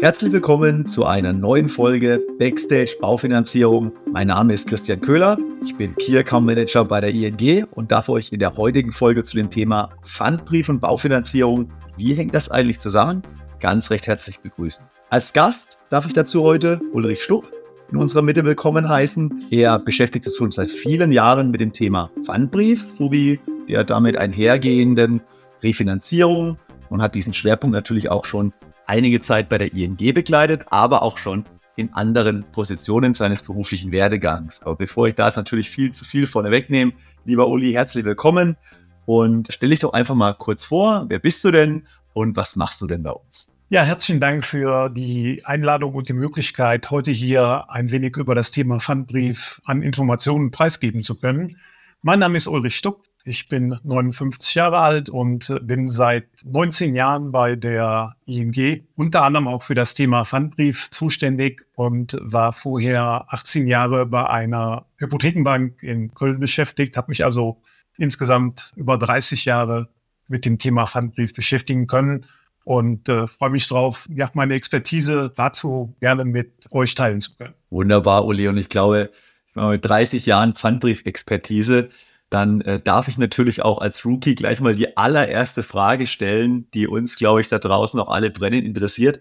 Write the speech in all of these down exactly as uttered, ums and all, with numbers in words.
Herzlich willkommen zu einer neuen Folge Backstage Baufinanzierung. Mein Name ist Christian Köhler, ich bin Key Account Manager bei der I N G und darf euch in der heutigen Folge zu dem Thema Pfandbrief und Baufinanzierung, wie hängt das eigentlich zusammen, ganz recht herzlich begrüßen. Als Gast darf ich dazu heute Ulrich Stupp in unserer Mitte willkommen heißen. Er beschäftigt sich schon seit vielen Jahren mit dem Thema Pfandbrief sowie der damit einhergehenden Refinanzierung und hat diesen Schwerpunkt natürlich auch schon einige Zeit bei der I N G begleitet, aber auch schon in anderen Positionen seines beruflichen Werdegangs. Aber bevor ich da jetzt natürlich viel zu viel vorne wegnehme, lieber Uli, herzlich willkommen und stell dich doch einfach mal kurz vor, wer bist du denn und was machst du denn bei uns? Ja, herzlichen Dank für die Einladung und die Möglichkeit, heute hier ein wenig über das Thema Pfandbrief an Informationen preisgeben zu können. Mein Name ist Ulrich Stupp. Ich bin neunundfünfzig Jahre alt und bin seit neunzehn Jahren bei der I N G, unter anderem auch für das Thema Pfandbrief zuständig und war vorher achtzehn Jahre bei einer Hypothekenbank in Köln beschäftigt, habe mich also insgesamt über dreißig Jahre mit dem Thema Pfandbrief beschäftigen können und äh, freue mich drauf, ja, meine Expertise dazu gerne mit euch teilen zu können. Wunderbar, Uli, und ich glaube, mit dreißig Jahren Pfandbrief-Expertise, dann äh, darf ich natürlich auch als Rookie gleich mal die allererste Frage stellen, die uns, glaube ich, da draußen auch alle brennend interessiert.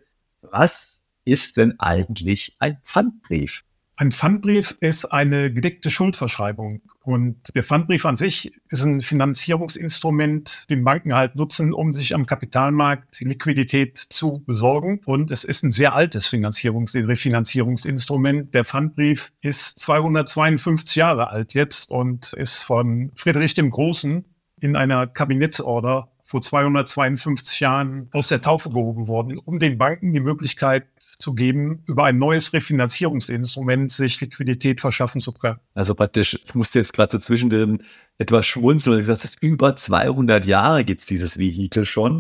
Was ist denn eigentlich ein Pfandbrief? Ein Pfandbrief ist eine gedeckte Schuldverschreibung und der Pfandbrief an sich ist ein Finanzierungsinstrument, den Banken halt nutzen, um sich am Kapitalmarkt Liquidität zu besorgen. Und es ist ein sehr altes Finanzierungs- Refinanzierungsinstrument. Der Pfandbrief ist zweihundertzweiundfünfzig Jahre alt jetzt und ist von Friedrich dem Großen in einer Kabinettsorder vor zweihundertzweiundfünfzig Jahren aus der Taufe gehoben worden, um den Banken die Möglichkeit zu geben, über ein neues Refinanzierungsinstrument sich Liquidität verschaffen zu können. Also praktisch, ich musste jetzt gerade so zwischendrin etwas schmunzeln, weil ich sagte, über zweihundert Jahre gibt es dieses Vehikel schon.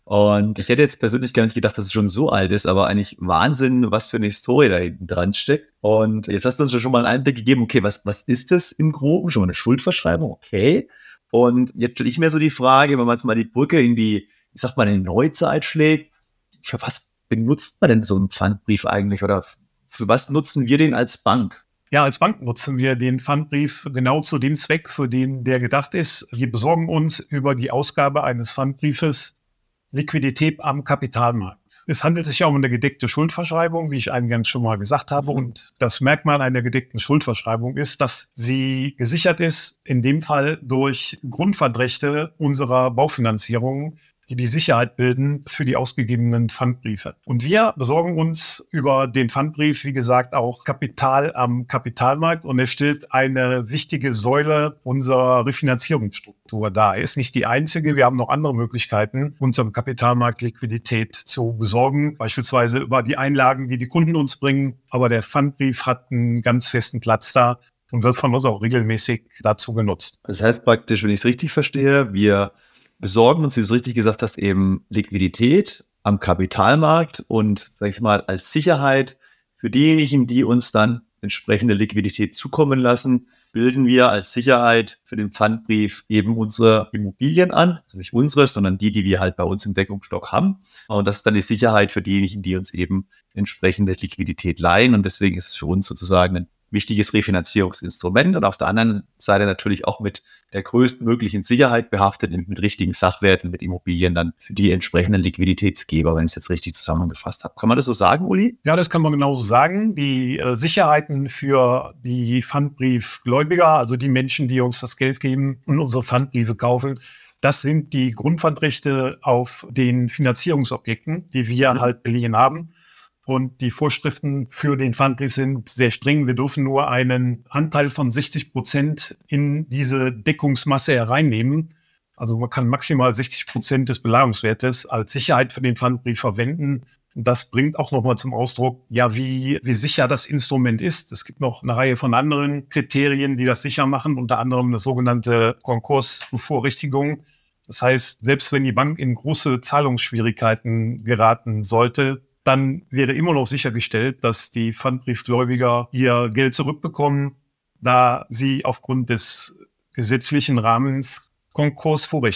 Und ich hätte jetzt persönlich gar nicht gedacht, dass es schon so alt ist, aber eigentlich Wahnsinn, was für eine Historie da hinten dran steckt. Und jetzt hast du uns schon mal einen Einblick gegeben, okay, was, was ist das im Groben? Schon mal eine Schuldverschreibung, okay. Und jetzt stelle ich mir so die Frage, wenn man jetzt mal die Brücke in die, ich sag mal, in die Neuzeit schlägt, für was benutzt man denn so einen Pfandbrief eigentlich oder für was nutzen wir den als Bank? Ja, als Bank nutzen wir den Pfandbrief genau zu dem Zweck, für den der gedacht ist. Wir besorgen uns über die Ausgabe eines Pfandbriefes Liquidität am Kapitalmarkt. Es handelt sich ja um eine gedeckte Schuldverschreibung, wie ich eingangs schon mal gesagt habe. Und das Merkmal einer gedeckten Schuldverschreibung ist, dass sie gesichert ist, in dem Fall durch Grundpfandrechte unserer Baufinanzierung, die die Sicherheit bilden für die ausgegebenen Pfandbriefe. Und wir besorgen uns über den Pfandbrief, wie gesagt, auch Kapital am Kapitalmarkt und er stellt eine wichtige Säule unserer Refinanzierungsstruktur dar. Er ist nicht die einzige, wir haben noch andere Möglichkeiten, unserem Kapitalmarkt Liquidität zu besorgen, beispielsweise über die Einlagen, die die Kunden uns bringen. Aber der Pfandbrief hat einen ganz festen Platz da und wird von uns auch regelmäßig dazu genutzt. Das heißt praktisch, wenn ich es richtig verstehe, wir besorgen uns, wie du es richtig gesagt hast, eben Liquidität am Kapitalmarkt und, sage ich mal, als Sicherheit für diejenigen, die uns dann entsprechende Liquidität zukommen lassen, bilden wir als Sicherheit für den Pfandbrief eben unsere Immobilien an. Also nicht unsere, sondern die, die wir halt bei uns im Deckungsstock haben. Und das ist dann die Sicherheit für diejenigen, die uns eben entsprechende Liquidität leihen. Und deswegen ist es für uns sozusagen ein wichtiges Refinanzierungsinstrument und auf der anderen Seite natürlich auch mit der größtmöglichen Sicherheit behaftet, mit richtigen Sachwerten, mit Immobilien dann für die entsprechenden Liquiditätsgeber, wenn ich es jetzt richtig zusammengefasst habe. Kann man das so sagen, Uli? Ja, das kann man genauso sagen. Die äh, Sicherheiten für die Pfandbriefgläubiger, also die Menschen, die uns das Geld geben und unsere Pfandbriefe kaufen, das sind die Grundpfandrechte auf den Finanzierungsobjekten, die wir mhm. halt beliehen haben. Und die Vorschriften für den Pfandbrief sind sehr streng. Wir dürfen nur einen Anteil von sechzig Prozent in diese Deckungsmasse hereinnehmen. Also man kann maximal sechzig Prozent des Beleihungswertes als Sicherheit für den Pfandbrief verwenden. Das bringt auch nochmal zum Ausdruck, ja, wie, wie sicher das Instrument ist. Es gibt noch eine Reihe von anderen Kriterien, die das sicher machen, unter anderem eine sogenannte Konkursbevorrichtigung. Das heißt, selbst wenn die Bank in große Zahlungsschwierigkeiten geraten sollte, dann wäre immer noch sichergestellt, dass die Pfandbriefgläubiger ihr Geld zurückbekommen, da sie aufgrund des gesetzlichen Rahmens Konkursvorrecht haben.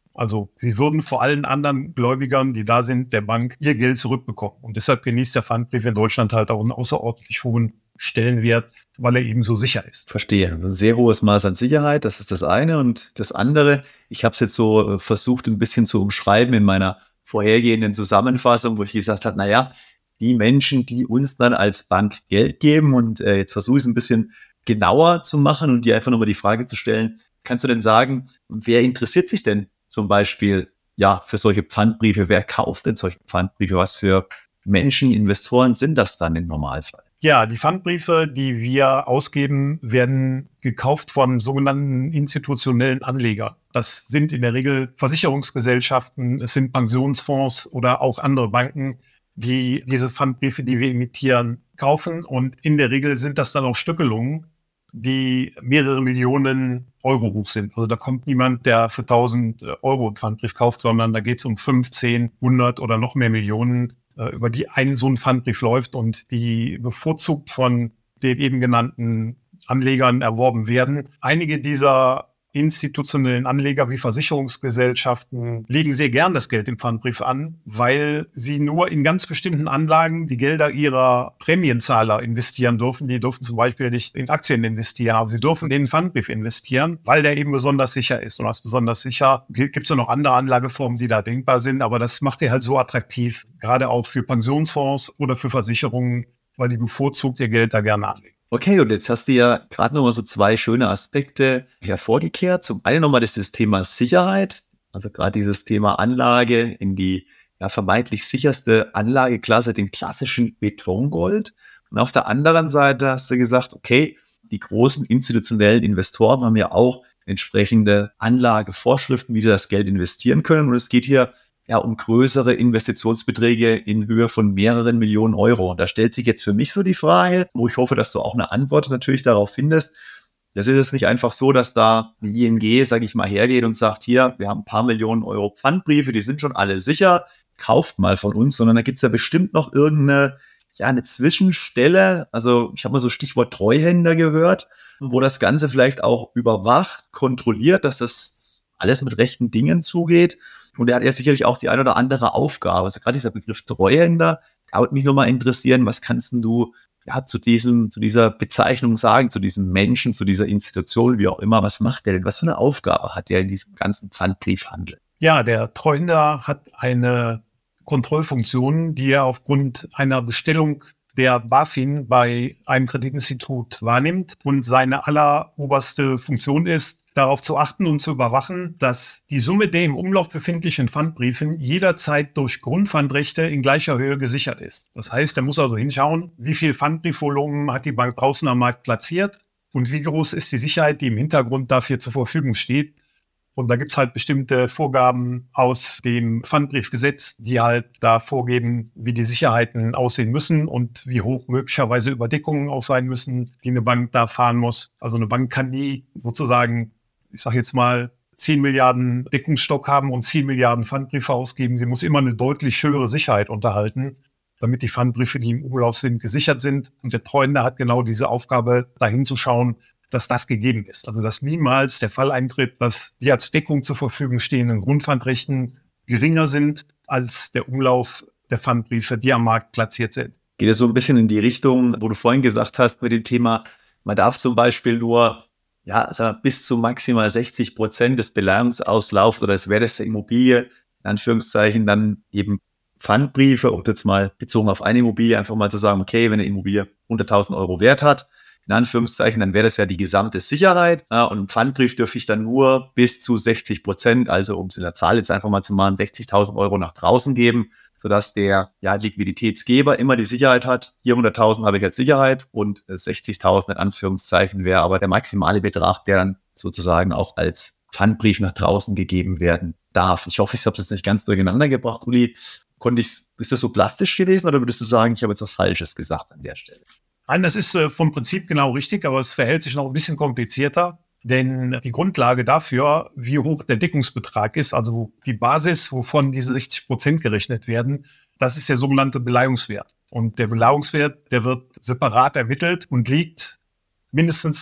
Also sie würden vor allen anderen Gläubigern, die da sind, der Bank ihr Geld zurückbekommen. Und deshalb genießt der Pfandbrief in Deutschland halt auch einen außerordentlich hohen Stellenwert, weil er eben so sicher ist. Verstehe. Ein sehr hohes Maß an Sicherheit, das ist das eine. Und das andere, ich habe es jetzt so äh, versucht, ein bisschen zu umschreiben in meiner vorhergehenden Zusammenfassung, wo ich gesagt habe, naja, die Menschen, die uns dann als Bank Geld geben, und äh, jetzt versuche ich es ein bisschen genauer zu machen und dir einfach nochmal die Frage zu stellen, kannst du denn sagen, wer interessiert sich denn zum Beispiel ja für solche Pfandbriefe? Wer kauft denn solche Pfandbriefe? Was für Menschen, Investoren sind das dann im Normalfall? Ja, die Pfandbriefe, die wir ausgeben, werden gekauft von sogenannten institutionellen Anlegern. Das sind in der Regel Versicherungsgesellschaften, es sind Pensionsfonds oder auch andere Banken, die diese Pfandbriefe, die wir emittieren, kaufen. Und in der Regel sind das dann auch Stückelungen, die mehrere Millionen Euro hoch sind. Also da kommt niemand, der für tausend Euro einen Pfandbrief kauft, sondern da geht es um fünf, zehn, hundert oder noch mehr Millionen, über die ein so ein Pfandbrief läuft und die bevorzugt von den eben genannten Anlegern erworben werden. Einige dieser institutionellen Anleger wie Versicherungsgesellschaften legen sehr gern das Geld im Pfandbrief an, weil sie nur in ganz bestimmten Anlagen die Gelder ihrer Prämienzahler investieren dürfen. Die dürfen zum Beispiel nicht in Aktien investieren, aber sie dürfen in den Pfandbrief investieren, weil der eben besonders sicher ist. Und als besonders sicher gibt es ja noch andere Anlageformen, die da denkbar sind, aber das macht er halt so attraktiv, gerade auch für Pensionsfonds oder für Versicherungen, weil die bevorzugt ihr Geld da gerne anlegen. Okay, und jetzt hast du ja gerade nochmal so zwei schöne Aspekte hervorgekehrt. Zum einen nochmal das, das Thema Sicherheit, also gerade dieses Thema Anlage in die ja, vermeintlich sicherste Anlageklasse, den klassischen Betongold. Und auf der anderen Seite hast du gesagt, okay, die großen institutionellen Investoren haben ja auch entsprechende Anlagevorschriften, wie sie das Geld investieren können. Und es geht hier ja um größere Investitionsbeträge in Höhe von mehreren Millionen Euro. Und da stellt sich jetzt für mich so die Frage, wo ich hoffe, dass du auch eine Antwort natürlich darauf findest. Das ist jetzt nicht einfach so, dass da die I N G, sage ich mal, hergeht und sagt, hier, wir haben ein paar Millionen Euro Pfandbriefe, die sind schon alle sicher, kauft mal von uns, sondern da gibt es ja bestimmt noch irgendeine, ja, eine Zwischenstelle. Also ich habe mal so Stichwort Treuhänder gehört, wo das Ganze vielleicht auch überwacht, kontrolliert, dass das alles mit rechten Dingen zugeht. Und er hat ja sicherlich auch die eine oder andere Aufgabe. Also gerade dieser Begriff Treuhänder, da würde mich nochmal interessieren, was kannst denn du ja, zu diesem, zu dieser Bezeichnung sagen, zu diesem Menschen, zu dieser Institution, wie auch immer, was macht der denn? Was für eine Aufgabe hat der in diesem ganzen Pfandbriefhandel? Ja, der Treuhänder hat eine Kontrollfunktion, die er aufgrund einer Bestellung der BaFin bei einem Kreditinstitut wahrnimmt. Und seine alleroberste Funktion ist, darauf zu achten und zu überwachen, dass die Summe der im Umlauf befindlichen Pfandbriefen jederzeit durch Grundpfandrechte in gleicher Höhe gesichert ist. Das heißt, er muss also hinschauen, wie viel Pfandbriefvolumen hat die Bank draußen am Markt platziert und wie groß ist die Sicherheit, die im Hintergrund dafür zur Verfügung steht. Und da gibt's halt bestimmte Vorgaben aus dem Pfandbriefgesetz, die halt da vorgeben, wie die Sicherheiten aussehen müssen und wie hoch möglicherweise Überdeckungen auch sein müssen, die eine Bank da fahren muss. Also eine Bank kann nie sozusagen, ich sage jetzt mal, zehn Milliarden Deckungsstock haben und zehn Milliarden Pfandbriefe ausgeben. Sie muss immer eine deutlich höhere Sicherheit unterhalten, damit die Pfandbriefe, die im Umlauf sind, gesichert sind. Und der Treuhänder hat genau diese Aufgabe, dahin zu schauen, dass das gegeben ist. Also dass niemals der Fall eintritt, dass die als Deckung zur Verfügung stehenden Grundpfandrechten geringer sind als der Umlauf der Pfandbriefe, die am Markt platziert sind. Geht es so ein bisschen in die Richtung, wo du vorhin gesagt hast, mit dem Thema, man darf zum Beispiel nur ja, sagen wir, bis zu maximal sechzig Prozent des Beleihungsauslaufs oder des Wertes der Immobilie, in Anführungszeichen, dann eben Pfandbriefe, um jetzt mal bezogen auf eine Immobilie einfach mal zu sagen, okay, wenn eine Immobilie hunderttausend Euro Wert hat, in Anführungszeichen, dann wäre das ja die gesamte Sicherheit. Ja, und einen Pfandbrief dürfe ich dann nur bis zu sechzig Prozent, also um es in der Zahl jetzt einfach mal zu machen, sechzigtausend Euro nach draußen geben, sodass der ja, Liquiditätsgeber immer die Sicherheit hat. Hier hunderttausend habe ich als Sicherheit und sechzigtausend in Anführungszeichen wäre aber der maximale Betrag, der dann sozusagen auch als Pfandbrief nach draußen gegeben werden darf. Ich hoffe, ich habe das nicht ganz durcheinander gebracht, Uli. Konnte ich, ist das so plastisch gewesen oder würdest du sagen, ich habe jetzt was Falsches gesagt an der Stelle? Nein, das ist äh, vom Prinzip genau richtig, aber es verhält sich noch ein bisschen komplizierter, denn die Grundlage dafür, wie hoch der Deckungsbetrag ist, also die Basis, wovon diese sechzig Prozent gerechnet werden, das ist der sogenannte Beleihungswert. Und der Beleihungswert, der wird separat ermittelt und liegt mindestens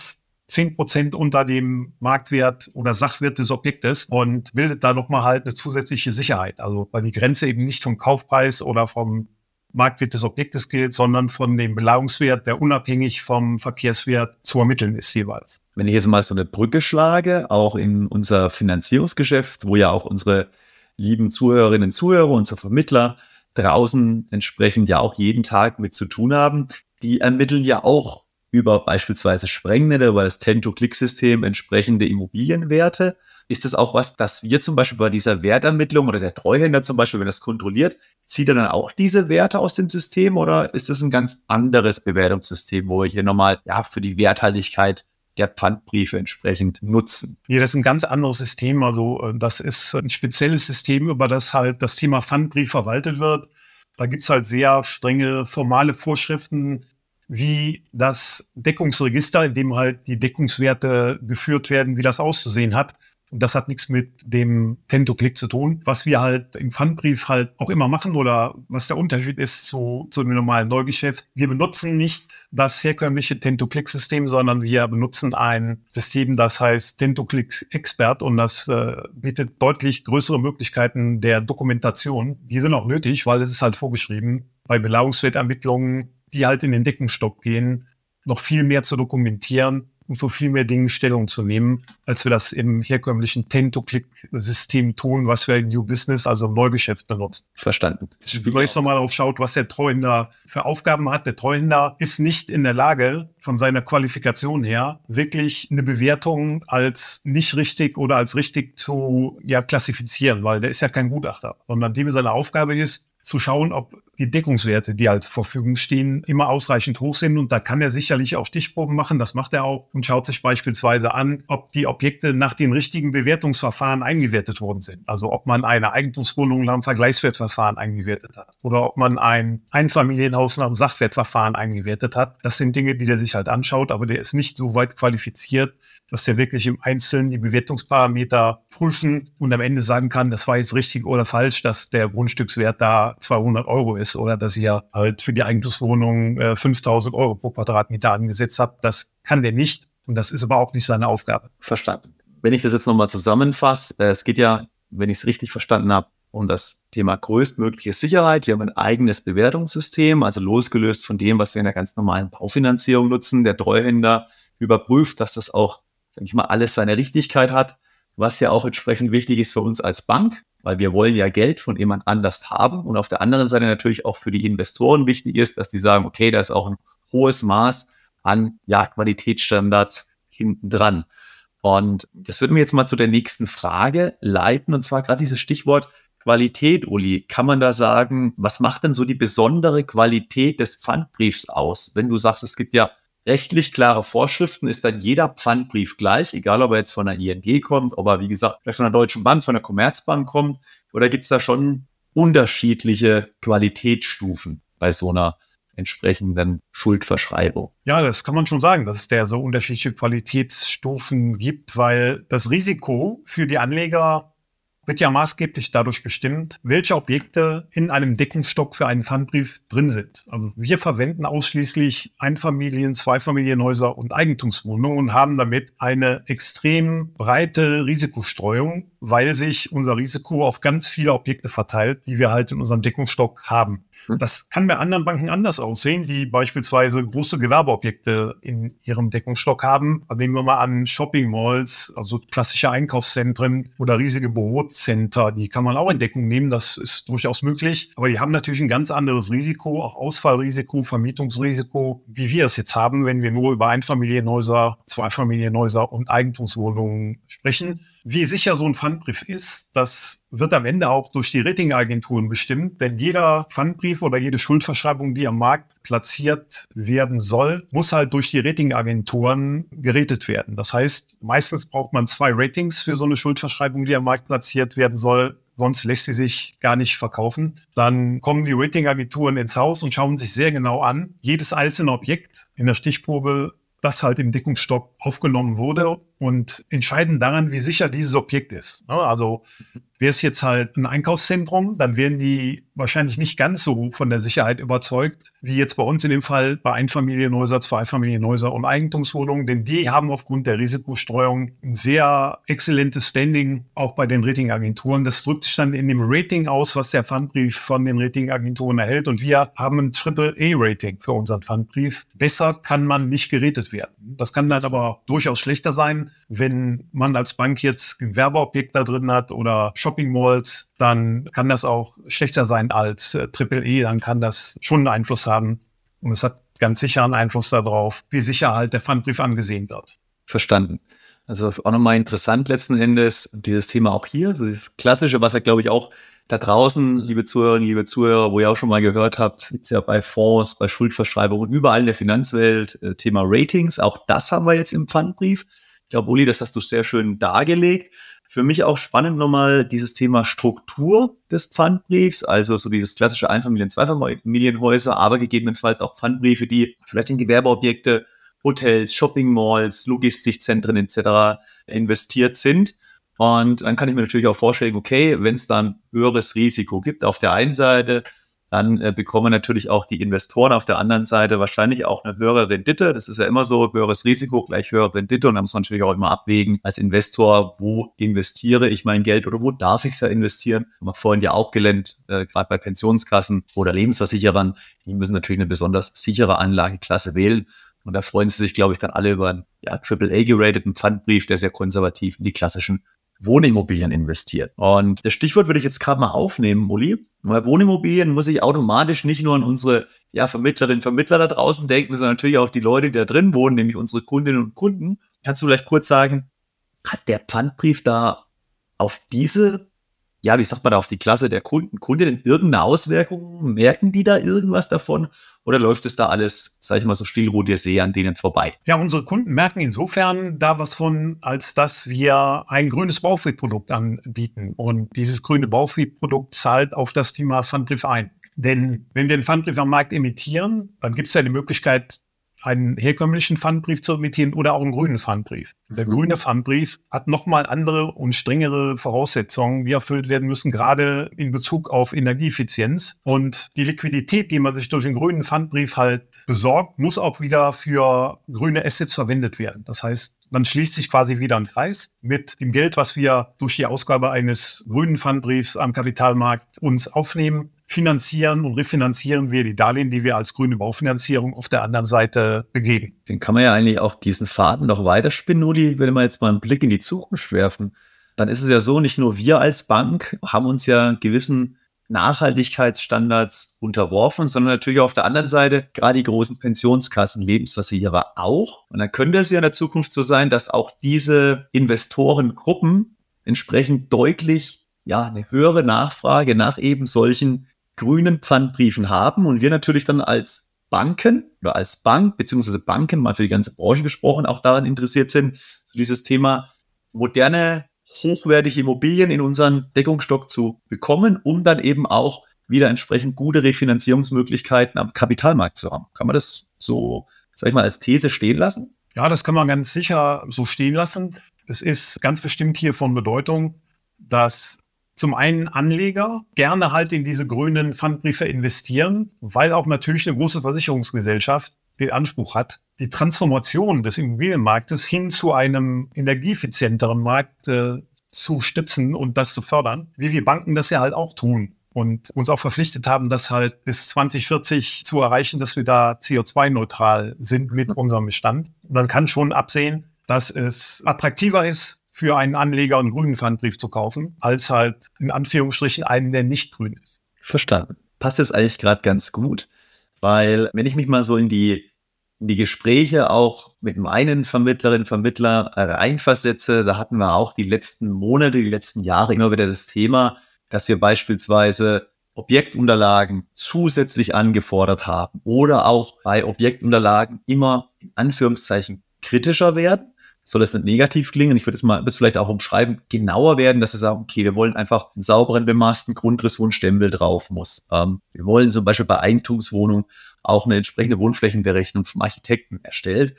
zehn Prozent unter dem Marktwert oder Sachwert des Objektes und bildet da nochmal halt eine zusätzliche Sicherheit. Also weil die Grenze eben nicht vom Kaufpreis oder vom Marktwert des Objektes gilt, sondern von dem Beleihungswert, der unabhängig vom Verkehrswert zu ermitteln ist jeweils. Wenn ich jetzt mal so eine Brücke schlage, auch in unser Finanzierungsgeschäft, wo ja auch unsere lieben Zuhörerinnen und Zuhörer, unsere Vermittler draußen entsprechend ja auch jeden Tag mit zu tun haben, die ermitteln ja auch über beispielsweise Sprengnetzte, über das Ten-to-Click-System entsprechende Immobilienwerte. Ist das auch was, dass wir zum Beispiel bei dieser Wertermittlung oder der Treuhänder zum Beispiel, wenn das kontrolliert, zieht er dann auch diese Werte aus dem System oder ist das ein ganz anderes Bewertungssystem, wo wir hier nochmal ja für die Werthaltigkeit der Pfandbriefe entsprechend nutzen? Ja, das ist ein ganz anderes System. Also das ist ein spezielles System, über das halt das Thema Pfandbrief verwaltet wird. Da gibt's halt sehr strenge formale Vorschriften, wie das Deckungsregister, in dem halt die Deckungswerte geführt werden, wie das auszusehen hat. Und das hat nichts mit dem Ten-to-Click zu tun. Was wir halt im Pfandbrief halt auch immer machen oder was der Unterschied ist zu, zu einem normalen Neugeschäft. Wir benutzen nicht das herkömmliche Ten-to-Click-System, sondern wir benutzen ein System, das heißt Ten-to-Click Expert und das äh, bietet deutlich größere Möglichkeiten der Dokumentation. Die sind auch nötig, weil es ist halt vorgeschrieben, bei Beleihungswertermittlungen, die halt in den Deckungsstock gehen, noch viel mehr zu dokumentieren und so viel mehr Dingen Stellung zu nehmen, als wir das im herkömmlichen Ten-to-Click-System tun, was wir in New Business, also im Neugeschäft benutzen. Verstanden. Wenn man jetzt nochmal darauf schaut, was der Treuhänder für Aufgaben hat. Der Treuhänder ist nicht in der Lage, von seiner Qualifikation her, wirklich eine Bewertung als nicht richtig oder als richtig zu ja, klassifizieren, weil der ist ja kein Gutachter, sondern dem seine Aufgabe ist, zu schauen, ob die Deckungswerte, die halt zur Verfügung stehen, immer ausreichend hoch sind. Und da kann er sicherlich auch Stichproben machen, das macht er auch, und schaut sich beispielsweise an, ob die Objekte nach den richtigen Bewertungsverfahren eingewertet worden sind. Also ob man eine Eigentumswohnung nach dem Vergleichswertverfahren eingewertet hat oder ob man ein Einfamilienhaus nach dem Sachwertverfahren eingewertet hat. Das sind Dinge, die der sich halt anschaut, aber der ist nicht so weit qualifiziert, dass der wirklich im Einzelnen die Bewertungsparameter prüfen und am Ende sagen kann, das war jetzt richtig oder falsch, dass der Grundstückswert da zweihundert Euro ist oder dass ihr halt für die Eigentumswohnung äh, fünftausend Euro pro Quadratmeter angesetzt habt. Das kann der nicht und das ist aber auch nicht seine Aufgabe. Verstanden. Wenn ich das jetzt nochmal zusammenfasse, äh, es geht ja, wenn ich es richtig verstanden habe, um das Thema größtmögliche Sicherheit. Wir haben ein eigenes Bewertungssystem, also losgelöst von dem, was wir in der ganz normalen Baufinanzierung nutzen. Der Treuhänder überprüft, dass das auch, sage ich mal, alles seine Richtigkeit hat, was ja auch entsprechend wichtig ist für uns als Bank, weil wir wollen ja Geld von jemand anders haben und auf der anderen Seite natürlich auch für die Investoren wichtig ist, dass die sagen, okay, da ist auch ein hohes Maß an ja, Qualitätsstandards hinten dran. Und das würde mir jetzt mal zu der nächsten Frage leiten, und zwar gerade dieses Stichwort Qualität, Uli. Kann man da sagen, was macht denn so die besondere Qualität des Pfandbriefs aus? Wenn du sagst, es gibt ja rechtlich klare Vorschriften, ist dann jeder Pfandbrief gleich, egal ob er jetzt von der I N G kommt, ob er, wie gesagt, vielleicht von der Deutschen Bank, von der Commerzbank kommt, oder gibt es da schon unterschiedliche Qualitätsstufen bei so einer entsprechenden Schuldverschreibung? Ja, das kann man schon sagen, dass es da so unterschiedliche Qualitätsstufen gibt, weil das Risiko für die Anleger wird ja maßgeblich dadurch bestimmt, welche Objekte in einem Deckungsstock für einen Pfandbrief drin sind. Also wir verwenden ausschließlich Einfamilien-, Zweifamilienhäuser und Eigentumswohnungen und haben damit eine extrem breite Risikostreuung, weil sich unser Risiko auf ganz viele Objekte verteilt, die wir halt in unserem Deckungsstock haben. Das kann bei anderen Banken anders aussehen, die beispielsweise große Gewerbeobjekte in ihrem Deckungsstock haben. Nehmen wir mal an Shopping Malls, also klassische Einkaufszentren oder riesige Bürocenter, die kann man auch in Deckung nehmen, das ist durchaus möglich. Aber die haben natürlich ein ganz anderes Risiko, auch Ausfallrisiko, Vermietungsrisiko, wie wir es jetzt haben, wenn wir nur über Einfamilienhäuser, Zweifamilienhäuser und Eigentumswohnungen sprechen. Wie sicher so ein Pfandbrief ist, das wird am Ende auch durch die Ratingagenturen bestimmt, denn jeder Pfandbrief oder jede Schuldverschreibung, die am Markt platziert werden soll, muss halt durch die Ratingagenturen geratet werden. Das heißt, meistens braucht man zwei Ratings für so eine Schuldverschreibung, die am Markt platziert werden soll. Sonst lässt sie sich gar nicht verkaufen. Dann kommen die Ratingagenturen ins Haus und schauen sich sehr genau an, jedes einzelne Objekt in der Stichprobe, das halt im Deckungsstock aufgenommen wurde, und entscheiden daran, wie sicher dieses Objekt ist. Also wäre es jetzt halt ein Einkaufszentrum, dann wären die wahrscheinlich nicht ganz so von der Sicherheit überzeugt, wie jetzt bei uns in dem Fall bei Einfamilienhäuser, Zweifamilienhäuser und Eigentumswohnungen, denn die haben aufgrund der Risikostreuung ein sehr exzellentes Standing, auch bei den Ratingagenturen. Das drückt sich dann in dem Rating aus, was der Pfandbrief von den Ratingagenturen erhält, und wir haben ein Triple A-Rating für unseren Pfandbrief. Besser kann man nicht geratet werden. Das kann dann aber durchaus schlechter sein, wenn man als Bank jetzt Gewerbeobjekt da drin hat oder Shopping Malls, dann kann das auch schlechter sein als äh, Triple E, dann kann das schon einen Einfluss haben. Und es hat ganz sicher einen Einfluss darauf, wie sicher halt der Pfandbrief angesehen wird. Verstanden. Also auch nochmal interessant letzten Endes, dieses Thema auch hier, so dieses Klassische, was ja, glaube ich, auch da draußen, liebe Zuhörerinnen, liebe Zuhörer, wo ihr auch schon mal gehört habt, gibt es ja bei Fonds, bei Schuldverschreibungen, überall in der Finanzwelt, äh, Thema Ratings. Auch das haben wir jetzt im Pfandbrief. Ich glaube, Uli, das hast du sehr schön dargelegt. Für mich auch spannend nochmal dieses Thema Struktur des Pfandbriefs, also so dieses klassische Einfamilien-, Zweifamilienhäuser, aber gegebenenfalls auch Pfandbriefe, die vielleicht in Gewerbeobjekte, Hotels, Shopping Malls, Logistikzentren et cetera investiert sind. Und dann kann ich mir natürlich auch vorstellen, okay, wenn es dann höheres Risiko gibt auf der einen Seite, dann äh, bekommen natürlich auch die Investoren auf der anderen Seite wahrscheinlich auch eine höhere Rendite. Das ist ja immer so, höheres Risiko gleich höhere Rendite. Und da muss man natürlich auch immer abwägen als Investor, wo investiere ich mein Geld oder wo darf ich es ja investieren. Haben wir vorhin ja auch gelernt, äh, gerade bei Pensionskassen oder Lebensversicherern, die müssen natürlich eine besonders sichere Anlageklasse wählen. Und da freuen sie sich, glaube ich, dann alle über einen ja, Triple A gerateten Pfandbrief, der sehr konservativ in die klassischen Wohnimmobilien investiert. Und das Stichwort würde ich jetzt gerade mal aufnehmen, Uli. Bei Wohnimmobilien muss ich automatisch nicht nur an unsere ja, Vermittlerinnen und Vermittler da draußen denken, sondern natürlich auch die Leute, die da drin wohnen, nämlich unsere Kundinnen und Kunden. Kannst du vielleicht kurz sagen, hat der Pfandbrief da auf diese, ja, wie sagt man da, auf die Klasse der Kunden, Kundinnen irgendeine Auswirkung? Merken die da irgendwas davon? Oder läuft es da alles, sage ich mal, so still wie der See an denen vorbei? Ja, unsere Kunden merken insofern da was von, als dass wir ein grünes Baufriedprodukt anbieten. Und dieses grüne Baufriedprodukt zahlt auf das Thema Pfandbrief ein. Denn wenn wir den Pfandbrief am Markt emittieren, dann gibt es ja die Möglichkeit, einen herkömmlichen Pfandbrief zu emittieren oder auch einen grünen Pfandbrief. Der mhm. grüne Pfandbrief hat nochmal andere und strengere Voraussetzungen, die erfüllt werden müssen, gerade in Bezug auf Energieeffizienz. Und die Liquidität, die man sich durch den grünen Pfandbrief halt besorgt, muss auch wieder für grüne Assets verwendet werden. Das heißt, dann schließt sich quasi wieder ein Kreis. Mit dem Geld, was wir durch die Ausgabe eines grünen Pfandbriefs am Kapitalmarkt uns aufnehmen, finanzieren und refinanzieren wir die Darlehen, die wir als grüne Baufinanzierung auf der anderen Seite begeben. Den kann man ja eigentlich auch diesen Faden noch weiterspinnen, Uli, wenn wir jetzt mal einen Blick in die Zukunft werfen. Dann ist es ja so, nicht nur wir als Bank haben uns ja gewissen Nachhaltigkeitsstandards unterworfen, sondern natürlich auf der anderen Seite gerade die großen Pensionskassen, Lebensversicherer auch. Und dann könnte es ja in der Zukunft so sein, dass auch diese Investorengruppen entsprechend deutlich ja eine höhere Nachfrage nach eben solchen grünen Pfandbriefen haben und wir natürlich dann als Banken oder als Bank, beziehungsweise Banken, mal für die ganze Branche gesprochen, auch daran interessiert sind, so dieses Thema moderne, hochwertige Immobilien in unseren Deckungsstock zu bekommen, um dann eben auch wieder entsprechend gute Refinanzierungsmöglichkeiten am Kapitalmarkt zu haben. Kann man das so, sag ich mal, als These stehen lassen? Ja, das kann man ganz sicher so stehen lassen. Es ist ganz bestimmt hier von Bedeutung, dass zum einen Anleger gerne halt in diese grünen Pfandbriefe investieren, weil auch natürlich eine große Versicherungsgesellschaft den Anspruch hat, die Transformation des Immobilienmarktes hin zu einem energieeffizienteren Markt äh, zu stützen und das zu fördern, wie wir Banken das ja halt auch tun und uns auch verpflichtet haben, das halt bis zwanzig vierzig zu erreichen, dass wir da C O zwei neutral sind mit unserem Bestand. Und man kann schon absehen, dass es attraktiver ist, für einen Anleger einen grünen Pfandbrief zu kaufen, als halt in Anführungsstrichen einen, der nicht grün ist. Verstanden. Passt jetzt eigentlich gerade ganz gut, weil wenn ich mich mal so in die, in die Gespräche auch mit meinen Vermittlerinnen und Vermittlern reinversetze, da hatten wir auch die letzten Monate, die letzten Jahre immer wieder das Thema, dass wir beispielsweise Objektunterlagen zusätzlich angefordert haben oder auch bei Objektunterlagen immer in Anführungszeichen kritischer werden. Soll das nicht negativ klingen? Ich würde es mal jetzt vielleicht auch umschreiben, genauer werden, dass wir sagen, okay, wir wollen einfach einen sauberen, bemaßten Grundriss, wo ein Stempel drauf muss. Ähm, wir wollen zum Beispiel bei Eigentumswohnungen auch eine entsprechende Wohnflächenberechnung vom Architekten erstellt.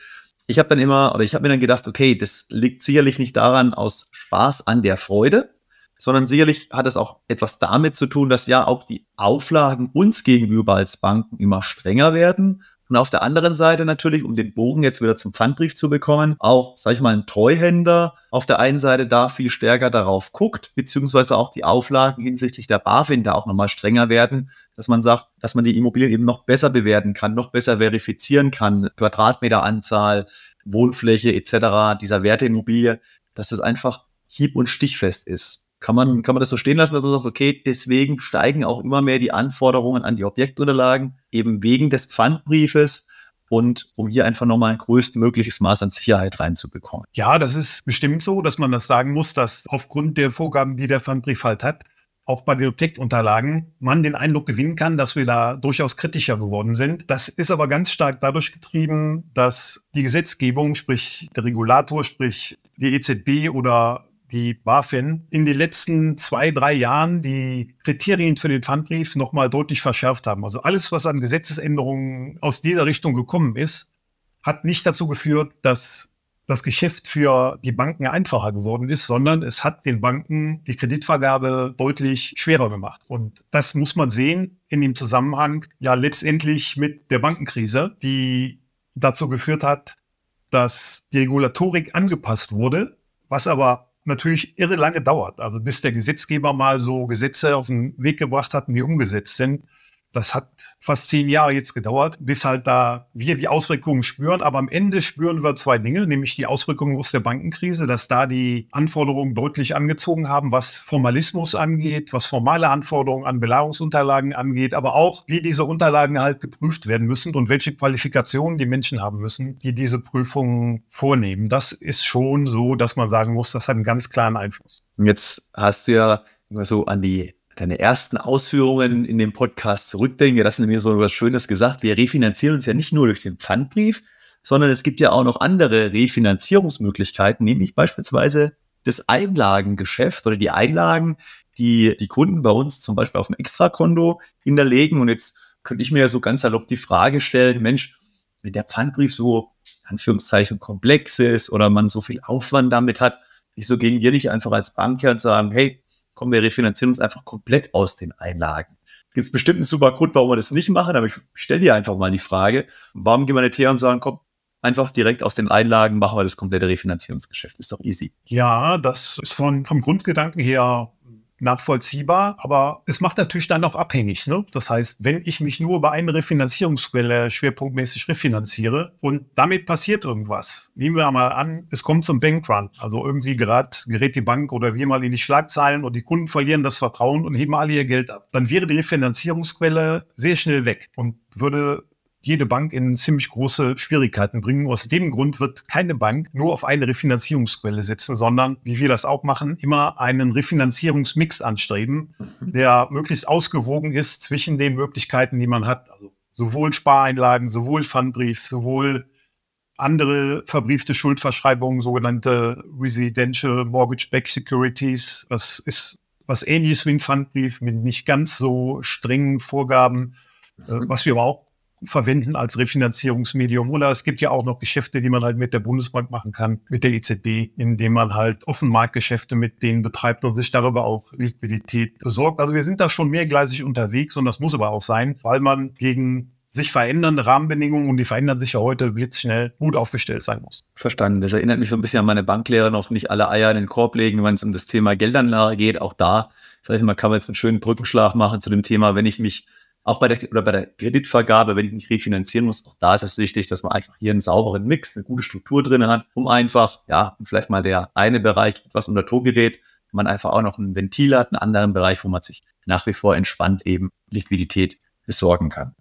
ich habe dann immer, oder ich habe mir dann gedacht, okay, das liegt sicherlich nicht daran aus Spaß an der Freude, sondern sicherlich hat es auch etwas damit zu tun, dass ja auch die Auflagen uns gegenüber als Banken immer strenger werden. Und auf der anderen Seite natürlich, um den Bogen jetzt wieder zum Pfandbrief zu bekommen, auch, sag ich mal, ein Treuhänder auf der einen Seite da viel stärker darauf guckt, beziehungsweise auch die Auflagen hinsichtlich der BaFin da auch nochmal strenger werden, dass man sagt, dass man die Immobilien eben noch besser bewerten kann, noch besser verifizieren kann, Quadratmeteranzahl, Wohnfläche et cetera, dieser Wert der Immobilie, dass das einfach hieb- und stichfest ist. Kann man, kann man das so stehen lassen, dass man sagt, okay, deswegen steigen auch immer mehr die Anforderungen an die Objektunterlagen, eben wegen des Pfandbriefes und um hier einfach nochmal ein größtmögliches Maß an Sicherheit reinzubekommen. Ja, das ist bestimmt so, dass man das sagen muss, dass aufgrund der Vorgaben, die der Pfandbrief halt hat, auch bei den Objektunterlagen man den Eindruck gewinnen kann, dass wir da durchaus kritischer geworden sind. Das ist aber ganz stark dadurch getrieben, dass die Gesetzgebung, sprich der Regulator, sprich die E Z B oder die BaFin in den letzten zwei, drei Jahren die Kriterien für den Pfandbrief nochmal deutlich verschärft haben. Also alles, was an Gesetzesänderungen aus dieser Richtung gekommen ist, hat nicht dazu geführt, dass das Geschäft für die Banken einfacher geworden ist, sondern es hat den Banken die Kreditvergabe deutlich schwerer gemacht. Und das muss man sehen in dem Zusammenhang ja letztendlich mit der Bankenkrise, die dazu geführt hat, dass die Regulatorik angepasst wurde, was aber natürlich irre lange dauert. Also bis der Gesetzgeber mal so Gesetze auf den Weg gebracht hat, die umgesetzt sind. Das hat fast zehn Jahre jetzt gedauert, bis halt da wir die Auswirkungen spüren. Aber am Ende spüren wir zwei Dinge, nämlich die Auswirkungen aus der Bankenkrise, dass da die Anforderungen deutlich angezogen haben, was Formalismus angeht, was formale Anforderungen an Belagerungsunterlagen angeht, aber auch, wie diese Unterlagen halt geprüft werden müssen und welche Qualifikationen die Menschen haben müssen, die diese Prüfungen vornehmen. Das ist schon so, dass man sagen muss, das hat einen ganz klaren Einfluss. Jetzt hast du ja immer so an die deine ersten Ausführungen in dem Podcast zurückdenken. Das ist nämlich so etwas Schönes gesagt. Wir refinanzieren uns ja nicht nur durch den Pfandbrief, sondern es gibt ja auch noch andere Refinanzierungsmöglichkeiten, nämlich beispielsweise das Einlagengeschäft oder die Einlagen, die die Kunden bei uns zum Beispiel auf dem Extrakonto hinterlegen. Und jetzt könnte ich mir ja so ganz salopp die Frage stellen, Mensch, wenn der Pfandbrief so, in Anführungszeichen, komplex ist oder man so viel Aufwand damit hat, wieso gehen wir nicht einfach als Bank her und sagen, hey, komm, wir refinanzieren uns einfach komplett aus den Einlagen. Gibt es bestimmt einen super Grund, warum wir das nicht machen, aber ich stelle dir einfach mal die Frage, warum gehen wir nicht her und sagen, komm, einfach direkt aus den Einlagen machen wir das komplette Refinanzierungsgeschäft. Ist doch easy. Ja, das ist von, vom Grundgedanken her nachvollziehbar, aber es macht natürlich dann auch abhängig. Ne? Das heißt, wenn ich mich nur über eine Refinanzierungsquelle schwerpunktmäßig refinanziere und damit passiert irgendwas, nehmen wir mal an, es kommt zum Bankrun, also irgendwie gerade gerät die Bank oder wir mal in die Schlagzeilen und die Kunden verlieren das Vertrauen und heben alle ihr Geld ab, dann wäre die Refinanzierungsquelle sehr schnell weg und würde jede Bank in ziemlich große Schwierigkeiten bringen. Aus dem Grund wird keine Bank nur auf eine Refinanzierungsquelle setzen, sondern, wie wir das auch machen, immer einen Refinanzierungsmix anstreben, der möglichst ausgewogen ist zwischen den Möglichkeiten, die man hat. Also sowohl Spareinlagen, sowohl Pfandbrief, sowohl andere verbriefte Schuldverschreibungen, sogenannte Residential Mortgage-Backed Securities. Das ist was Ähnliches wie ein Pfandbrief mit nicht ganz so strengen Vorgaben, was wir aber auch verwenden als Refinanzierungsmedium. Oder es gibt ja auch noch Geschäfte, die man halt mit der Bundesbank machen kann, mit der E Z B, indem man halt Offenmarktgeschäfte mit denen betreibt und sich darüber auch Liquidität besorgt. Also wir sind da schon mehrgleisig unterwegs und das muss aber auch sein, weil man gegen sich verändernde Rahmenbedingungen, und die verändern sich ja heute blitzschnell, gut aufgestellt sein muss. Verstanden. Das erinnert mich so ein bisschen an meine Banklehre, noch nicht alle Eier in den Korb legen, wenn es um das Thema Geldanlage geht. Auch da, sag ich mal, kann man jetzt einen schönen Brückenschlag machen zu dem Thema, wenn ich mich auch bei der, oder bei der Kreditvergabe, wenn ich mich refinanzieren muss, auch da ist es wichtig, dass man einfach hier einen sauberen Mix, eine gute Struktur drin hat, um einfach, ja, vielleicht mal der eine Bereich etwas unter Druck gerät, man einfach auch noch ein Ventil hat, einen anderen Bereich, wo man sich nach wie vor entspannt eben Liquidität besorgen kann.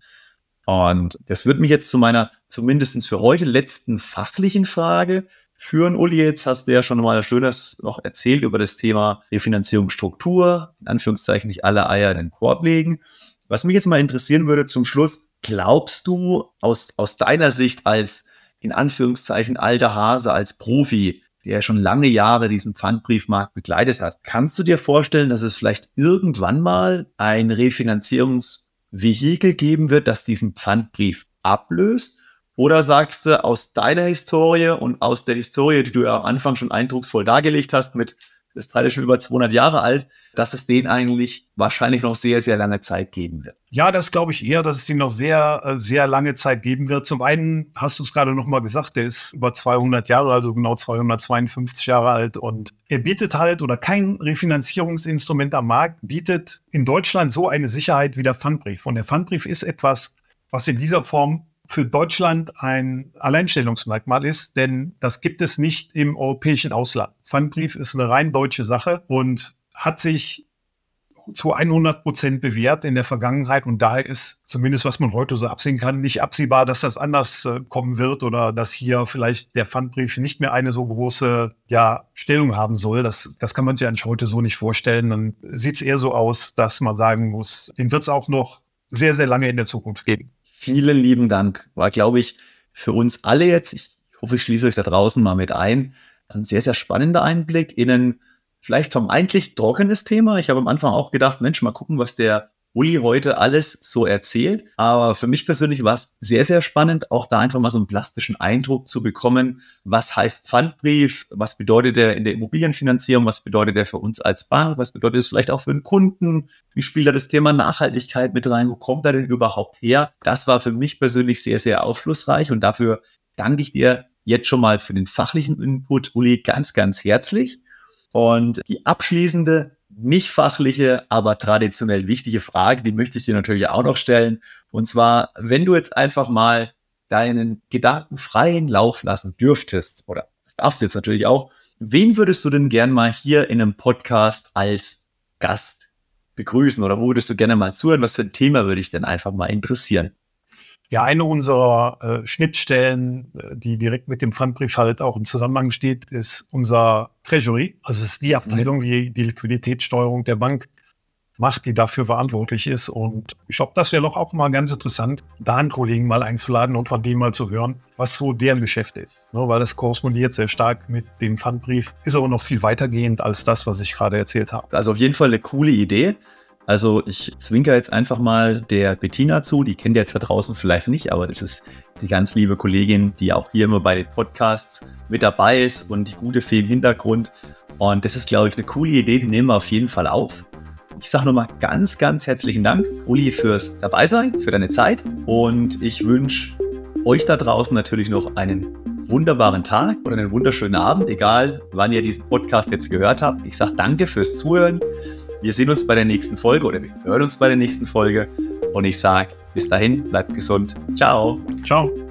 Und das wird mich jetzt zu meiner, zumindest für heute, letzten fachlichen Frage führen. Uli, jetzt hast du ja schon mal Schönes noch erzählt über das Thema Refinanzierungsstruktur, in Anführungszeichen nicht alle Eier in den Korb legen. Was mich jetzt mal interessieren würde zum Schluss, glaubst du aus, aus deiner Sicht als, in Anführungszeichen, alter Hase, als Profi, der ja schon lange Jahre diesen Pfandbriefmarkt begleitet hat, kannst du dir vorstellen, dass es vielleicht irgendwann mal ein Refinanzierungsvehikel geben wird, das diesen Pfandbrief ablöst? Oder sagst du, aus deiner Historie und aus der Historie, die du ja am Anfang schon eindrucksvoll dargelegt hast, mit das Teil ist schon über zweihundert Jahre alt, dass es den eigentlich wahrscheinlich noch sehr, sehr lange Zeit geben wird? Ja, das glaube ich eher, dass es den noch sehr, sehr lange Zeit geben wird. Zum einen hast du es gerade noch mal gesagt, der ist über zweihundert Jahre, also genau zweihundertzweiundfünfzig Jahre alt, und er bietet halt, oder kein Refinanzierungsinstrument am Markt bietet in Deutschland so eine Sicherheit wie der Pfandbrief. Und der Pfandbrief ist etwas, was in dieser Form für Deutschland ein Alleinstellungsmerkmal ist, denn das gibt es nicht im europäischen Ausland. Pfandbrief ist eine rein deutsche Sache und hat sich zu hundert Prozent bewährt in der Vergangenheit, und daher ist, zumindest was man heute so absehen kann, nicht absehbar, dass das anders äh, kommen wird oder dass hier vielleicht der Pfandbrief nicht mehr eine so große ja, Stellung haben soll. Das, das kann man sich eigentlich heute so nicht vorstellen. Dann sieht es eher so aus, dass man sagen muss, den wird es auch noch sehr, sehr lange in der Zukunft geben. Vielen lieben Dank. War, glaube ich, für uns alle jetzt, ich hoffe, ich schließe euch da draußen mal mit ein, ein sehr, sehr spannender Einblick in ein vielleicht vermeintlich trockenes Thema. Ich habe am Anfang auch gedacht, Mensch, mal gucken, was der Uli heute alles so erzählt. Aber für mich persönlich war es sehr, sehr spannend, auch da einfach mal so einen plastischen Eindruck zu bekommen. Was heißt Pfandbrief? Was bedeutet der in der Immobilienfinanzierung? Was bedeutet der für uns als Bank? Was bedeutet es vielleicht auch für den Kunden? Wie spielt da das Thema Nachhaltigkeit mit rein? Wo kommt er denn überhaupt her? Das war für mich persönlich sehr, sehr aufschlussreich, und dafür danke ich dir jetzt schon mal für den fachlichen Input, Uli, ganz, ganz herzlich. Und die abschließende, nicht fachliche, aber traditionell wichtige Frage, die möchte ich dir natürlich auch noch stellen. Und zwar, wenn du jetzt einfach mal deinen Gedanken freien Lauf lassen dürftest, oder das darfst du jetzt natürlich auch, wen würdest du denn gern mal hier in einem Podcast als Gast begrüßen? Oder wo würdest du gerne mal zuhören? Was für ein Thema würde dich denn einfach mal interessieren? Ja, eine unserer äh, Schnittstellen, äh, die direkt mit dem Pfandbrief halt auch im Zusammenhang steht, ist unser Treasury. Also es ist die Abteilung, die die Liquiditätssteuerung der Bank macht, die dafür verantwortlich ist. Und ich glaube, das wäre doch auch mal ganz interessant, da einen Kollegen mal einzuladen und von dem mal zu hören, was so deren Geschäft ist. Ne, weil das korrespondiert sehr stark mit dem Pfandbrief, ist aber noch viel weitergehend als das, was ich gerade erzählt habe. Also auf jeden Fall eine coole Idee. Also ich zwinker jetzt einfach mal der Bettina zu, die kennt ihr jetzt da draußen vielleicht nicht, aber das ist die ganz liebe Kollegin, die auch hier immer bei den Podcasts mit dabei ist und die gute Fee im Hintergrund. Und das ist, glaube ich, eine coole Idee, die nehmen wir auf jeden Fall auf. Ich sage nochmal ganz, ganz herzlichen Dank, Uli, fürs Dabeisein, für deine Zeit, und ich wünsche euch da draußen natürlich noch einen wunderbaren Tag oder einen wunderschönen Abend, egal wann ihr diesen Podcast jetzt gehört habt. Ich sage danke fürs Zuhören. Wir sehen uns bei der nächsten Folge oder wir hören uns bei der nächsten Folge. Und ich sage bis dahin, bleibt gesund. Ciao. Ciao.